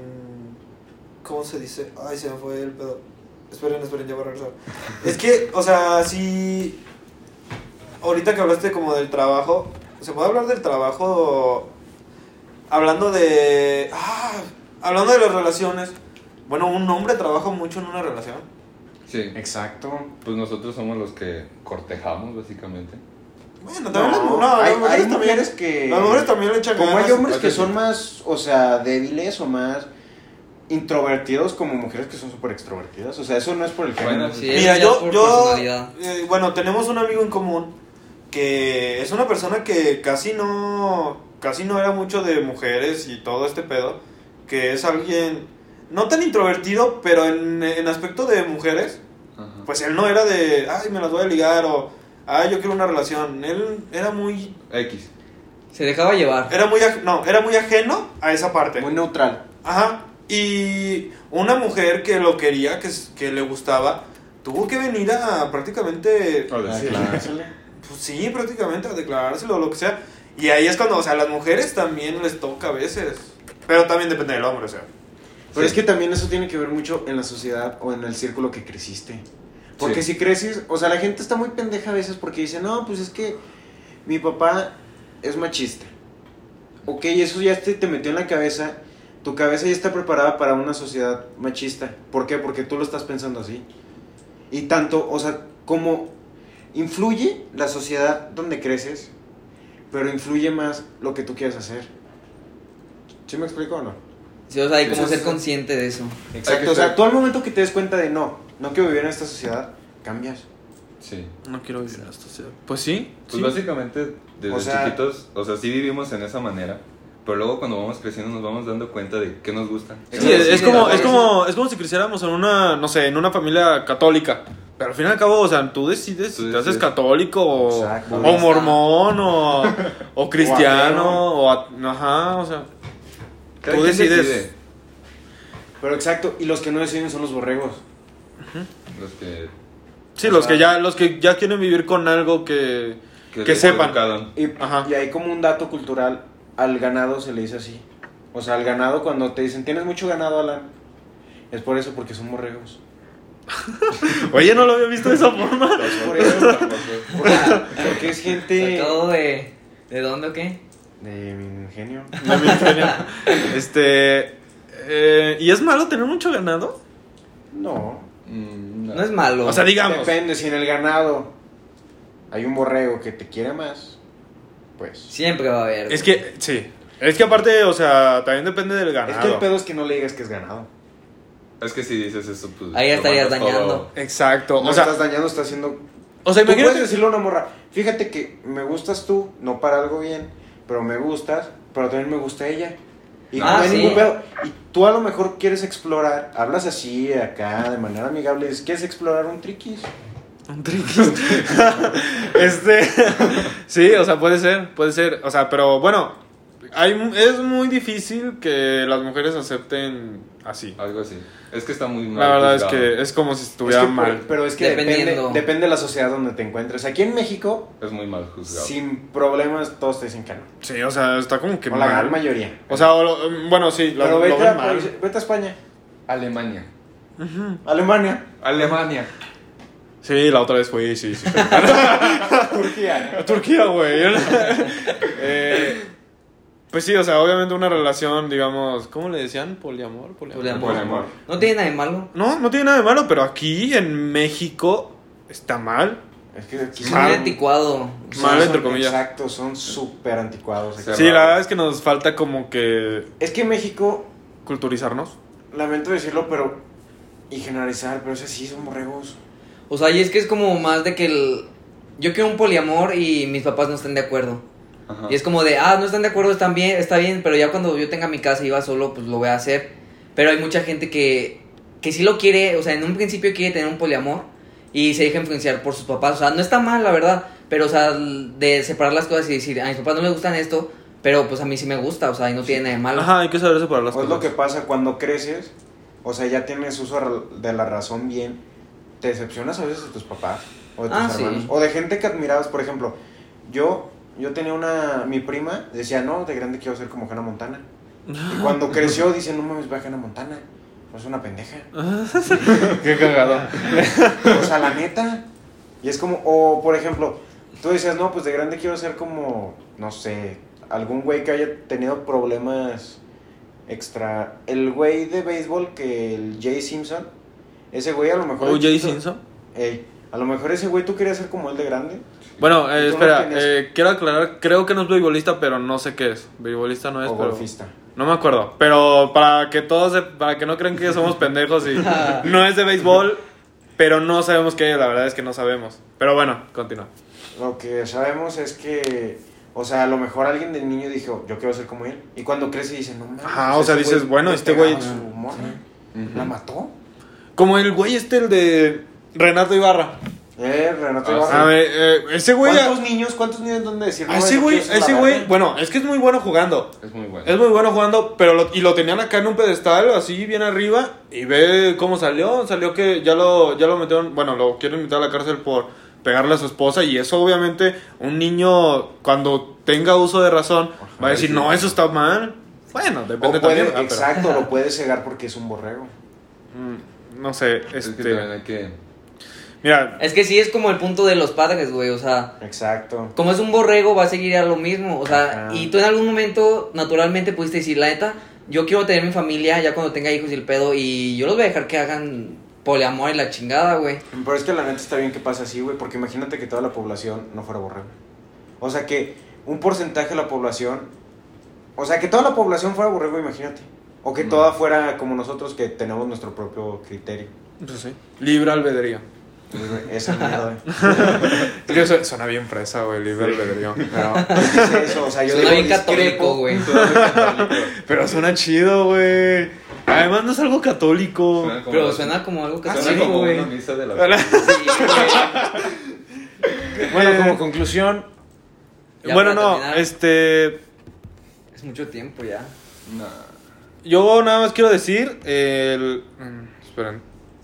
¿Cómo se dice? Ay, se me fue el pedo. Esperen, ya voy a regresar. Es que, o sea, si... Ahorita que hablaste como del trabajo, ¿se puede hablar del trabajo hablando de... hablando de las relaciones? Bueno, un hombre trabaja mucho en una relación. Sí. Exacto. Pues nosotros somos los que cortejamos, básicamente. Bueno, también No, las hay mujeres también... mujeres que... Las mujeres también le echan Como ganas. hay hombres que Sí. son más, o sea, débiles o más introvertidos como mujeres que son súper extrovertidas. O sea, eso no es por el género. Bueno, Sí, Mira, eso ya es por personalidad. bueno, tenemos un amigo en común que es una persona que casi no era mucho de mujeres y todo este pedo, que es alguien no tan introvertido, pero en aspecto de mujeres, Ajá. pues él no era de, ay, me las voy a ligar o, ay, yo quiero una relación. Él era muy, X. Se dejaba llevar. era muy ajeno a esa parte. Muy neutral. Ajá. Y una mujer que lo quería, que le gustaba, tuvo que venir a prácticamente... Hola, sí. Aclarársele. Pues sí, prácticamente a declarárselo o lo que sea. Y ahí es cuando, o sea, a las mujeres también les toca a veces. Pero también depende del hombre, o sea. Pero Sí. es que también eso tiene que ver mucho en la sociedad o en el círculo que creciste. Porque Sí. si creces, o sea, la gente está muy pendeja a veces porque dice, no, pues es que mi papá es machista. Ok, eso ya te metió en la cabeza. Tu cabeza ya está preparada para una sociedad machista. ¿Por qué? Porque tú lo estás pensando así. Y tanto, o sea, como influye la sociedad donde creces, pero influye más lo que tú quieres hacer. ¿Sí me explico o no? Sí, o sea, hay Sí, como sí, ser sí. consciente de eso. Exacto, o sea, tú al momento que te des cuenta de no quiero vivir en esta sociedad, cambias. Sí. No quiero vivir en esta sociedad. Pues sí. Pues básicamente, desde O sea- chiquitos, o sea, sí vivimos en esa manera. Pero luego cuando vamos creciendo nos vamos dando cuenta de qué nos gusta. Sí, Sí, es sí, como, sí, es como, es como si creciéramos en una, no sé, en una familia católica. Pero al fin y al cabo, o sea, tú decides si te haces decides. católico o, Exacto. o mormón o cristiano ajá, o sea, Cada tú quien decides. decide. Pero exacto, y los que no deciden son los borregos. Los que... Sí, O los sea- que ya quieren vivir con algo que Que sepan. educado. Ajá. Y hay como un dato cultural, al ganado se le dice así. O sea, al ganado cuando te dicen, tienes mucho ganado, Alan, es por eso, porque son borregos. Oye, no lo había visto de esa forma. Es por eso, porque es gente ¿Sacado de dónde o qué? de mi ingenio. De mi ingenio. ¿Y es malo tener mucho ganado? No, No es malo. O sea, digamos. depende, si en el ganado hay un borrego que te quiere más, pues... Siempre va a haber. Es que, sí. Es que aparte, o sea, también depende del ganado. Es que el pedo es que no le digas que es ganado. Es que si dices eso, pues. Ahí lo estarías mandas todo- dañando. Exacto. No O sea, estás dañando, estás haciendo... o sea, Tú puedes imagínate. decirle a una morra, fíjate que me gustas tú, no para algo bien, pero me gustas, pero también me gusta ella. Y no hay sí. ningún pedo. Y tú a lo mejor quieres explorar, hablas así, acá, de manera amigable, dices, ¿quieres explorar un triquis? Un triquis. Sí, o sea, puede ser. O sea, pero bueno, es muy difícil que las mujeres acepten así. Algo así. Es que está muy mal. La verdad es juzgado. que es como si estuviera Es que, mal. Pero es que Dependiendo. depende de la sociedad donde te encuentres. Aquí en México, Es muy mal juzgado. sin problemas, todos te dicen que no. Sí, o sea, está como que O la gran mal. mayoría. O sea, bueno, sí, lo Pero vete ven a, mal. vete a España, Alemania. Alemania, Alemania. Sí, la otra vez fui, sí. Turquía. A Turquía, güey. Pues sí, o sea, obviamente una relación, digamos, ¿cómo le decían? Poliamor. Poliamor. No tiene nada de malo. No tiene nada de malo, pero aquí en México está mal. Es que aquí Es Mal. muy anticuado. Mal, entre comillas. Exacto, son súper anticuados. aquí. Sí. Sí, la verdad es que nos falta como que Es que México, culturizarnos. lamento decirlo, pero... Y generalizar, pero ese sí son borregos. O sea, y es que es como más de que yo quiero un poliamor y mis papás no están de acuerdo. Ajá. Y es como de, no están de acuerdo, está bien, pero ya cuando yo tenga mi casa y va solo, pues lo voy a hacer. Pero hay mucha gente que sí lo quiere, o sea, en un principio quiere tener un poliamor y se deja influenciar por sus papás. O sea, no está mal, la verdad, pero, o sea, de separar las cosas y decir, a mis papás no les gustan esto, pero pues a mí sí me gusta, o sea, y no tiene nada de malo. Ajá, hay que saber separar las O es cosas. lo que pasa cuando creces, o sea, ya tienes uso de la razón bien, te decepcionas a veces de tus papás o de tus hermanos. Sí. O de gente que admirabas, por ejemplo, yo tenía mi prima, decía, no, de grande quiero ser como Hannah Montana. Y cuando creció, dice, no mames, va Hannah Montana. Es una pendeja. Qué cagado. O sea, la neta. Y es como, o por ejemplo, tú decías, no, pues de grande quiero ser como, no sé, algún güey que haya tenido problemas extra. El güey de béisbol, que el Jay Simpson, ese güey a lo mejor... ¿O Jay Simpson? Ey, a lo mejor ese güey tú querías ser como él de grande. Bueno, ¿Y tú no espera, tienes- quiero aclarar, creo que no es beisbolista, pero no sé qué es. Beisbolista no es, O pero... golfista. No me acuerdo, pero para que para que no crean que somos pendejos y no es de béisbol, pero no sabemos qué es, la verdad es que no sabemos. Pero bueno, continúa. Lo que sabemos es que, o sea, a lo mejor alguien de niño dijo, yo quiero ser como él. Y cuando crece dice, no mames. Ajá, o sea, ese dices, güey bueno, le este pegaba güey- a su morra. Ujú. ¿La mató? Como el güey el de Renato Ibarra. Renato Ah, Ibarra. A ver, ese güey... ¿Cuántos niños dónde decir? A no, ese yo güey, quiero ser la verga"? bueno, es que es muy bueno jugando. Es muy bueno. Es muy bueno jugando, pero lo tenían acá en un pedestal, así bien arriba, y ve cómo salió que ya lo metieron, bueno, lo quieren meter a la cárcel por pegarle a su esposa, y eso obviamente un niño cuando tenga uso de razón va a decir, sí. no, eso está mal. Bueno, depende O puede, también. Pero, exacto, lo puede cegar porque es un borrego. no sé, Es que también hay que... mira, Es que sí es como el punto de los padres, güey, o sea, Exacto. como es un borrego va a seguir a lo mismo, o sea, Ajá. y tú en algún momento naturalmente pudiste decir, la neta, yo quiero tener mi familia ya cuando tenga hijos y el pedo, y yo los voy a dejar que hagan poliamor y la chingada, güey. Pero es que la neta está bien que pase así, güey, porque imagínate que toda la población no fuera borrego. O sea, que un porcentaje de la población... O sea, que toda la población fuera borrego, imagínate. O que toda fuera como nosotros, que tenemos nuestro propio criterio. pues sí, libre albedrío. Esa mierda. Es que eso suena bien fresa, güey, libre albedrío. Pero es eso, o sea, yo Suena digo, bien católico, güey. Pero suena chido, güey. Además no es algo católico. Suena como- Pero suena como algo suena católico, como güey. una misa de la... Sí, güey. Bueno, como conclusión, Ya Bueno, para no, terminar. Es mucho tiempo ya. Nah. yo nada más quiero decir, esperen.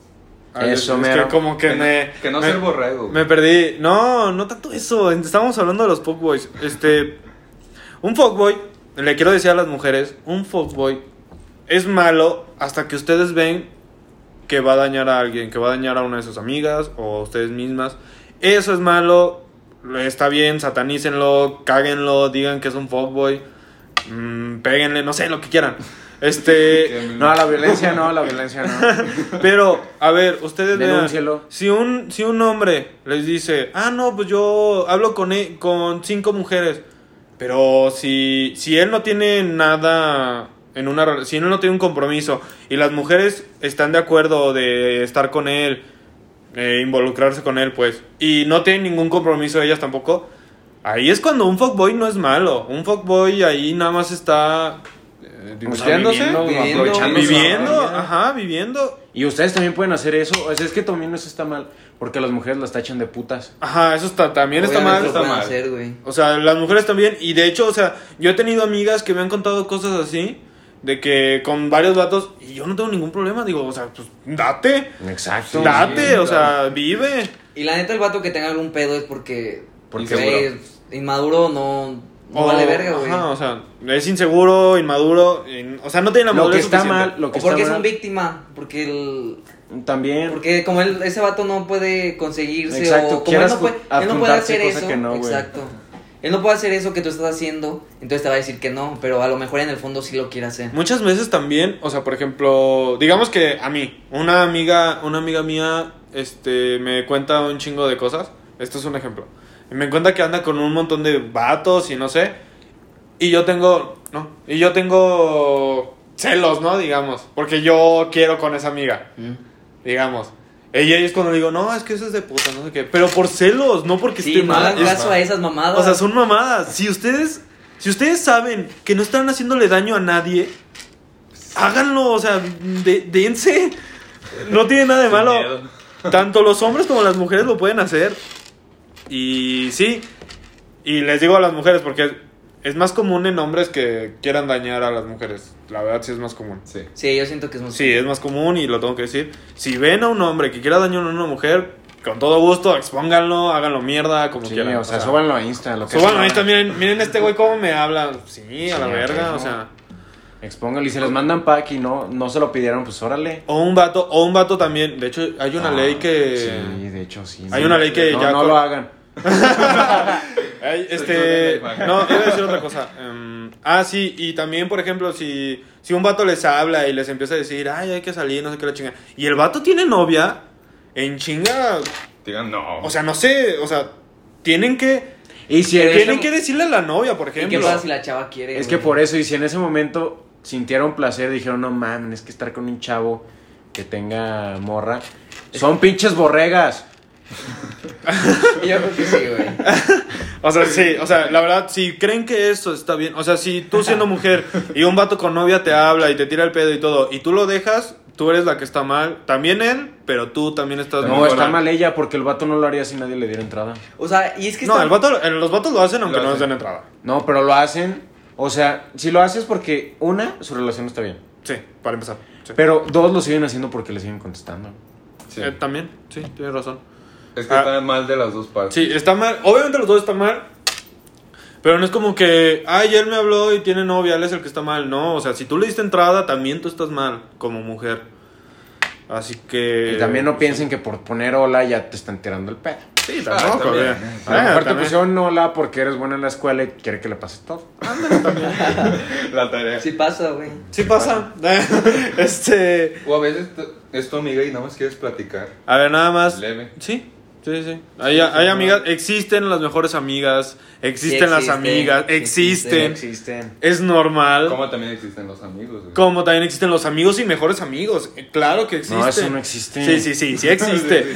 Eso, es mero. que como que Que no me- ser borrego. Me perdí. No, no tanto eso. Estábamos hablando de los fuckboys. Un fuckboy, le quiero decir a las mujeres, un fuckboy es malo hasta que ustedes ven que va a dañar a alguien, que va a dañar a una de sus amigas o a ustedes mismas. Eso es malo. Está bien, satanícenlo, cáguenlo, digan que es un fuckboy, péguenle, no sé, lo que quieran. No, la violencia no. Pero, a ver, ustedes vean, Denúncielo. si un hombre les dice, no, pues yo hablo con 5 mujeres, pero si él no tiene nada en una relación, si él no tiene un compromiso y las mujeres están de acuerdo de estar con él, involucrarse con él, pues, y no tienen ningún compromiso ellas tampoco, ahí es cuando un fuckboy no es malo. Un fuckboy ahí nada más está divirtiéndose, viviendo, ajá, viviendo. Y ustedes también pueden hacer eso. O sea, es que también eso está mal. Porque las mujeres las tachan de putas. Ajá, eso también está Obviamente mal. lo pueden mal. hacer, güey. O sea, las mujeres también. Y de hecho, o sea, yo he tenido amigas que me han contado cosas así. De que con varios vatos. Y yo no tengo ningún problema. Digo, o sea, pues date. Exacto. Date, sí, o claro. sea, vive. Y la neta, el vato que tenga algún pedo es porque Porque güey, inmaduro no vale verga, güey. Ajá, o sea, es inseguro, inmaduro. O sea, no tiene la Lo que madurez está suficiente. mal, lo que O porque es está un mal. víctima, También. porque como ese vato no puede conseguirse Exacto, o como él quieras no puede adjuntarse hacer cosa eso, que no, güey. exacto. Él no puede hacer eso que tú estás haciendo, entonces te va a decir que no, pero a lo mejor en el fondo sí lo quiere hacer. Muchas veces también, o sea, por ejemplo, digamos que a mí, una amiga mía, me cuenta un chingo de cosas. Esto es un ejemplo. Me cuenta que anda con un montón de vatos y no sé. Y yo tengo celos, ¿no? Digamos, porque yo quiero con esa amiga, digamos. Ella es cuando le digo, no, es que eso es de puta, no sé qué. Pero por celos, no porque Sí, esté no mal. hagan caso a esas mamadas. O sea, son mamadas. Si ustedes saben que no están haciéndole daño a nadie, háganlo, o sea, dense. No tiene nada de Sin malo. miedo. Tanto los hombres como las mujeres lo pueden hacer. Y sí. Y les digo a las mujeres porque es más común en hombres que quieran dañar a las mujeres. La verdad sí es más común. Sí. Sí, yo siento que es muy Sí, es más común y lo tengo que decir. Si ven a un hombre que quiera dañar a una mujer, con todo gusto, expónganlo, háganlo mierda, como Sí, quieran. o sea, súbanlo a Insta. Lo que Súbanlo sea. ahí también. Miren este güey cómo me habla. Sí, a la Sí, verga, ok, o ¿no? sea. Expónganlo y se les mandan pack y no se lo pidieron, pues órale. O un vato también. De hecho, hay una ley que. Sí, de hecho sí. Hay una ley que no, ya no con- lo hagan. Ay, no, iba a decir otra cosa. Sí, y también, por ejemplo, si un vato les habla y les empieza a decir, ay, hay que salir, no sé qué la chinga. Y el vato tiene novia, en chinga. Digan, no. O sea, no sé, o sea, tienen que. Y si en Tienen ese- que decirle a la novia, por ¿Y ejemplo. qué pasa si la chava quiere? Es que güey? por eso, y si en ese momento sintieron placer, dijeron, no mames, es que estar con un chavo que tenga morra. Son pinches borregas. Yo creo que sí, güey. O sea, sí, o sea, la verdad, si creen que eso está bien, o sea, si tú siendo mujer y un vato con novia te habla y te tira el pedo y todo, y tú lo dejas, tú eres la que está mal. También él, pero tú también estás No, muy está mal. mal ella, porque el vato no lo haría si nadie le diera entrada. O sea, y es que No, está... los vatos lo hacen aunque Lo no les hacen. den entrada. No, pero lo hacen. O sea, si lo haces porque, una, su relación está bien. Sí, para empezar. Sí. Pero dos lo siguen haciendo porque le siguen contestando. Sí. También, sí, tienes razón. Es que Ah. están mal de las dos partes. Sí, está mal. Obviamente los dos están mal. Pero no es como que, ay, él me habló y tiene novia, él es el que está mal. No, o sea, si tú le diste entrada, también tú estás mal como mujer. Así que... Y también no piensen que por poner hola ya te están tirando el pedo. Sí, tampoco, también. bien. A lo mejor te también. pusieron hola porque eres buena en la escuela y quiere que le pase todo. La tarea. Sí pasa, güey. Sí pasa. O a veces es tu amiga y nada más quieres platicar. A ver, nada más. Leve. Sí. Hay amigas, existen las mejores amigas, existen Sí las existen, amigas, sí existen. Existen. Es normal. Como también existen los amigos. güey. Como también existen los amigos y mejores amigos. Claro que existen. No, eso no existe. Sí existe.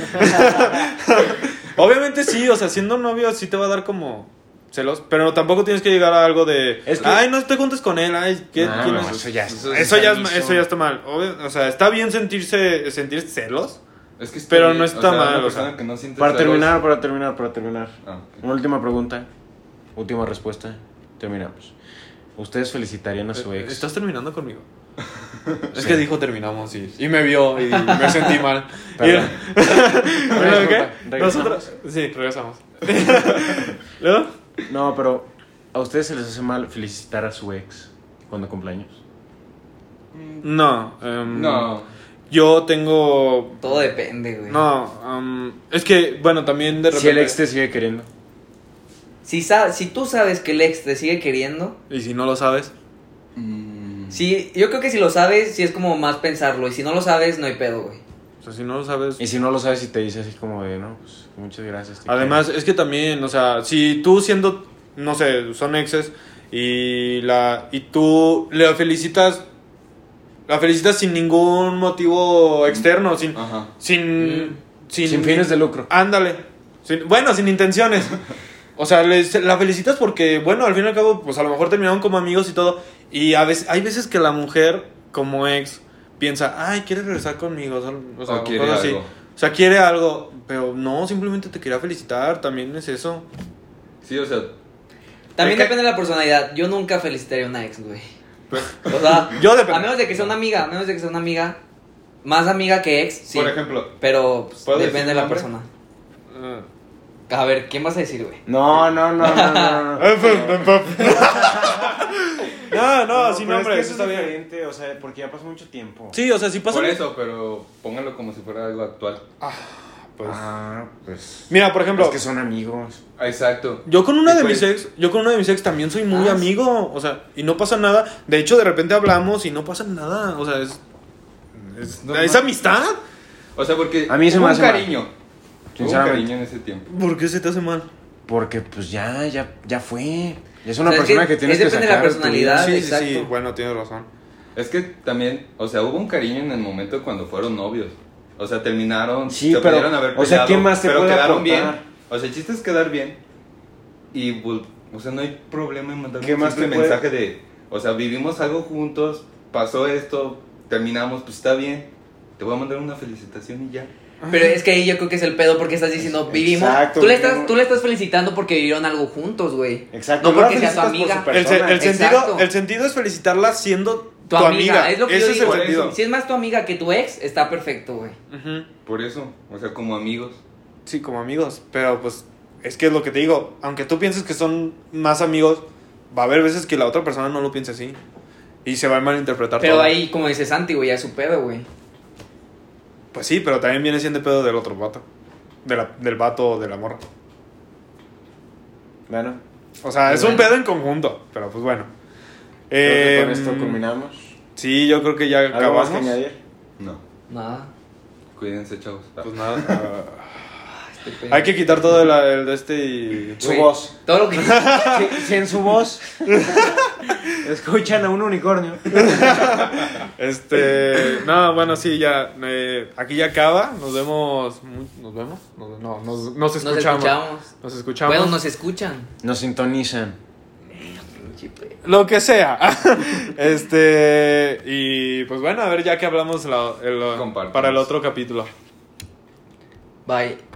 Obviamente sí, o sea, siendo novio sí te va a dar como celos, pero tampoco tienes que llegar a algo de, Es que- ay, no te juntes con él, ay, ¿quién No, es? eso ya es- Eso ya está mal. O sea, está bien sentir celos, Es que está Pero bien, no está mal, Una o persona sea. que no siente Para celos- terminar. Ah, ok. Una última pregunta. Última respuesta. Terminamos. ¿Ustedes felicitarían a su ex? ¿Estás terminando conmigo? Es que dijo terminamos y me vio y me sentí mal. Perdón. Bueno, ¿qué? ¿Regresamos? Nosotros. Sí, regresamos. ¿Luego? No, pero ¿a ustedes se les hace mal felicitar a su ex cuando cumpleaños? No. No. Yo tengo. Todo depende, güey. No, es que, bueno, también de repente. Si el ex te sigue queriendo. Si tú sabes que el ex te sigue queriendo, Y si no lo sabes. sí, yo creo que si lo sabes, sí es como más pensarlo. Y si no lo sabes, no hay pedo, güey. O sea, si no lo sabes. Y si no lo sabes y te dice así como de, no, pues muchas gracias. te Además, es que también, o sea, si tú siendo, no sé, son exes y tú la felicitas sin ningún motivo externo, sin Ajá. sin Sin fines de lucro. Ándale. Sin intenciones. O sea, la felicitas porque, bueno, al fin y al cabo, pues a lo mejor terminaron como amigos y todo. Y hay veces que la mujer, como ex, piensa, ay, quiere regresar conmigo. O sea, O quiere cosas así. algo. O sea, quiere algo. Pero no, simplemente te quería felicitar. También es eso. Sí, o sea, También Es que- depende de la personalidad. Yo nunca felicitaría a una ex, güey. O sea, Yo depende. a menos de que sea una amiga, más amiga que ex, sí. por ejemplo, Pero pues, ¿puedo depende decir de la nombre? persona. Ah. A ver, ¿quién vas a decir, güey? No. No, Sin pero nombre, es que está eso es bien. diferente, o sea, porque ya pasó mucho tiempo. Sí, o sea, si pasa. por eso, pero póngalo como si fuera algo actual. Pues, Pues. mira, por ejemplo, Es que son amigos. Exacto. yo con una Y de pues- mis ex también soy muy Ah, amigo, o sea, y no pasa nada. De hecho, de repente hablamos y no pasa nada, o sea, es normal. amistad. O sea, porque A mí se me hubo hace un mal. cariño. Hubo un Sinceramente. cariño en ese tiempo. ¿Por qué se te hace mal? Porque pues ya fue. Ya es una O sea, es persona que que tienes es que depende de la sacar de tu personalidad. vida. Sí, sí, sí, exacto. bueno, tienes razón. Es que también, o sea, hubo un cariño en el momento cuando fueron novios. O sea, terminaron, Sí, se pero, pudieron haber o sea, peleado, ¿quién más te pero puede quedaron aportar? bien. O sea, el chiste es quedar bien. Y, o sea, no hay problema en mandar ¿Qué un más simple te puede- mensaje de, o sea, vivimos algo juntos, pasó esto, terminamos, pues está bien. Te voy a mandar una felicitación y ya. Pero es que ahí yo creo que es el pedo porque estás diciendo, vivimos. Exacto, Tú le vivimos. estás felicitando porque vivieron algo juntos, güey. Exacto. No porque sea tu felicitas por amiga. su persona. Exacto. El sentido es felicitarla siendo Tu amiga. Es lo que Ese yo es digo. el sentido. Si es más tu amiga que tu ex, está perfecto, güey. Ujú. Por eso, o sea, como amigos. Sí, como amigos, pero pues es que es lo que te digo, aunque tú pienses que son más amigos, va a haber veces que la otra persona no lo piense así y se va a malinterpretar Pero todo. ahí, como dice Santi, güey, ya es su pedo, güey. Pues sí, pero también viene siendo pedo del otro vato. Del vato o de la morra. Bueno, O sea, Y es un bueno. pedo en conjunto, pero pues bueno. creo que con esto culminamos. Sí, yo creo que ya ¿Algo más que acabamos. añadir? No, Nada. cuídense, chavos. Pues nada. Hay que quitar todo el de este y... Su Güey, voz. Todo lo que. Si en su voz escuchan a un unicornio. No, bueno, sí, ya. Aquí ya acaba. Nos vemos. ¿Nos vemos? No, nos Nos escuchamos. escuchamos. Nos escuchamos. Bueno, nos escuchan. Nos sintonizan. Lo que sea. Y pues bueno, a ver, ya que hablamos Compártanos. para el otro capítulo. Bye.